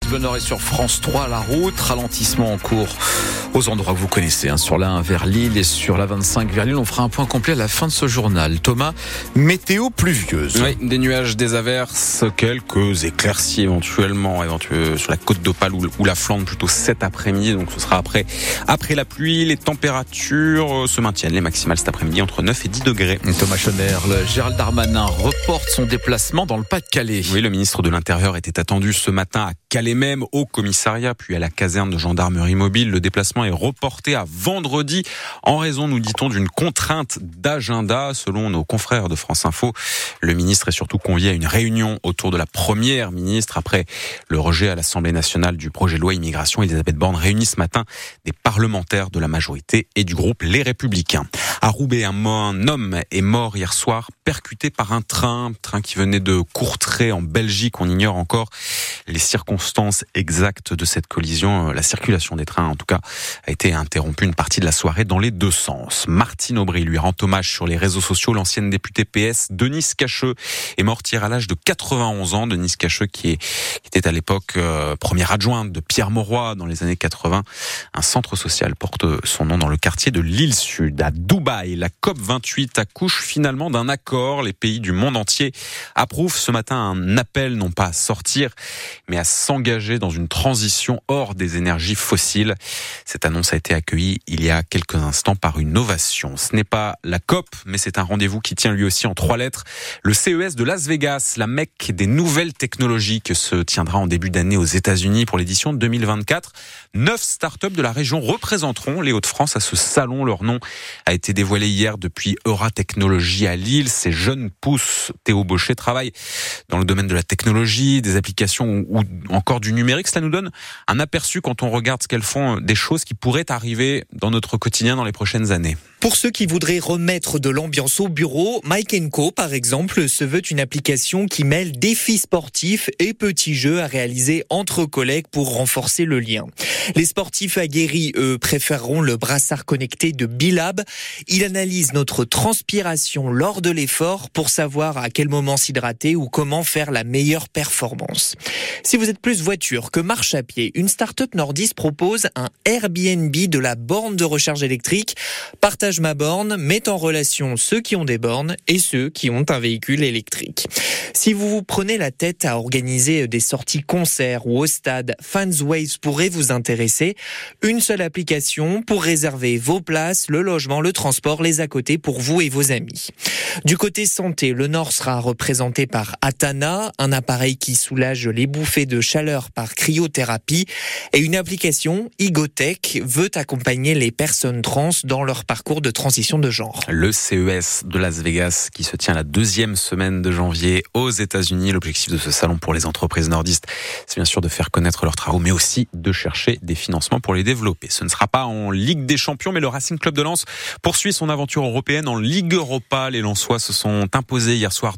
Bleu Nord et sur France 3, la route. Ralentissement en cours aux endroits que vous connaissez, sur la 1 vers Lille et sur la 25 vers Lille. On fera un point complet à la fin de ce journal. Thomas, météo pluvieuse. Oui, des nuages, des averses, quelques éclaircies éventuellement sur la côte d'Opale ou la Flandre plutôt cet après-midi. Donc ce sera après la pluie. Les températures se maintiennent, les maximales cet après-midi entre 9 et 10 degrés. Thomas Schoner, Gérald Darmanin reporte son déplacement dans le Pas-de-Calais. Oui, le ministre de l'Intérieur était attendu ce matin à Calais même, au commissariat, puis à la caserne de gendarmerie mobile. Le déplacement est reporté à vendredi en raison, nous dit-on, d'une contrainte d'agenda. Selon nos confrères de France Info, le ministre est surtout convié à une réunion autour de la première ministre. Après le rejet à l'Assemblée nationale du projet de loi immigration, Elisabeth Borne réunit ce matin des parlementaires de la majorité et du groupe Les Républicains. À Roubaix, un homme est mort hier soir, percuté par un train qui venait de Courtrai en Belgique. On ignore encore les circonstances exactes de cette collision. La circulation des trains, en tout cas, a été interrompue une partie de la soirée dans les deux sens. Martine Aubry lui rend hommage sur les réseaux sociaux. L'ancienne députée PS, Denise Cacheux, est morte hier à l'âge de 91 ans. Denise Cacheux qui était à l'époque première adjointe de Pierre Mauroy dans les années 80. Un centre social porte son nom dans le quartier de l'Île Sud. À Dubaï, la COP28 accouche finalement d'un accord. Les pays du monde entier approuvent ce matin un appel non pas à sortir, mais à s'engager dans une transition hors des énergies fossiles. Cette annonce a été accueillie il y a quelques instants par une ovation. Ce n'est pas la COP, mais c'est un rendez-vous qui tient lui aussi en 3 lettres. Le CES de Las Vegas, la Mecque des nouvelles technologies, que se tiendra en début d'année aux États-Unis pour l'édition de 2024. 9 startups de la région représenteront les Hauts-de-France à ce salon. Leur nom a été dévoilé hier depuis Euratechnologies à Lille. Ces jeunes pousses, Théo Baucher, travaillent dans le domaine de la technologie, des applications ou encore du numérique. Cela nous donne un aperçu quand on regarde ce qu'elles font, des choses qui pourraient arriver dans notre quotidien dans les prochaines années. Pour ceux qui voudraient remettre de l'ambiance au bureau, Mike & Co, par exemple, se veut une application qui mêle défis sportifs et petits jeux à réaliser entre collègues pour renforcer le lien. Les sportifs aguerris, eux, préféreront le brassard connecté de Bilab. Il analyse notre transpiration lors de l'effort pour savoir à quel moment s'hydrater ou comment faire la meilleure performance. Si vous êtes plus voiture que marche à pied, une start-up nordiste propose un Airbnb de la borne de recharge électrique. Partage ma borne met en relation ceux qui ont des bornes et ceux qui ont un véhicule électrique. Si vous vous prenez la tête à organiser des sorties concerts ou au stade, Fansways pourrait vous intéresser. Une seule application pour réserver vos places, le logement, le transport, les à côté pour vous et vos amis. Du côté santé, le Nord sera représenté par Atana, un appareil qui soulage les bouffées de chaleur par cryothérapie, et une application, Igotech, veut accompagner les personnes trans dans leur parcours de transition de genre. Le CES de Las Vegas qui se tient la 2e semaine de janvier aux États-Unis. L'objectif de ce salon pour les entreprises nordistes, c'est bien sûr de faire connaître leurs travaux, mais aussi de chercher des financements pour les développer. Ce ne sera pas en Ligue des Champions, mais le Racing Club de Lens poursuit son aventure européenne en Ligue Europa. Les Lensois se sont imposés hier soir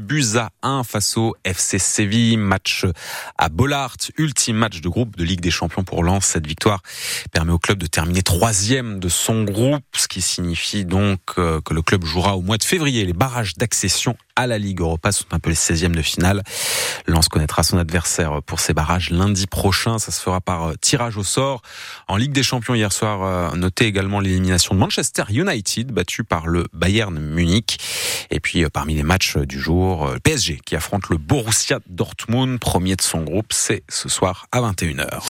2-1 face au FC Séville. Match à Bollaert, ultime match de groupe de Ligue des Champions pour Lens. Cette victoire permet au club de terminer 3e de son groupe, ce qui signifie donc que le club jouera au mois de février les barrages d'accession à la Ligue Europa. Ce sont un peu les 16e de finale. Lens connaîtra son adversaire pour ces barrages lundi prochain. Ça se fera par tirage au sort. En Ligue des Champions hier soir, notez également l'élimination de Manchester United, battu par le Bayern Munich. Et puis parmi les matchs du jour, le PSG qui affronte le Borussia Dortmund, premier de son groupe. C'est ce soir à 21h.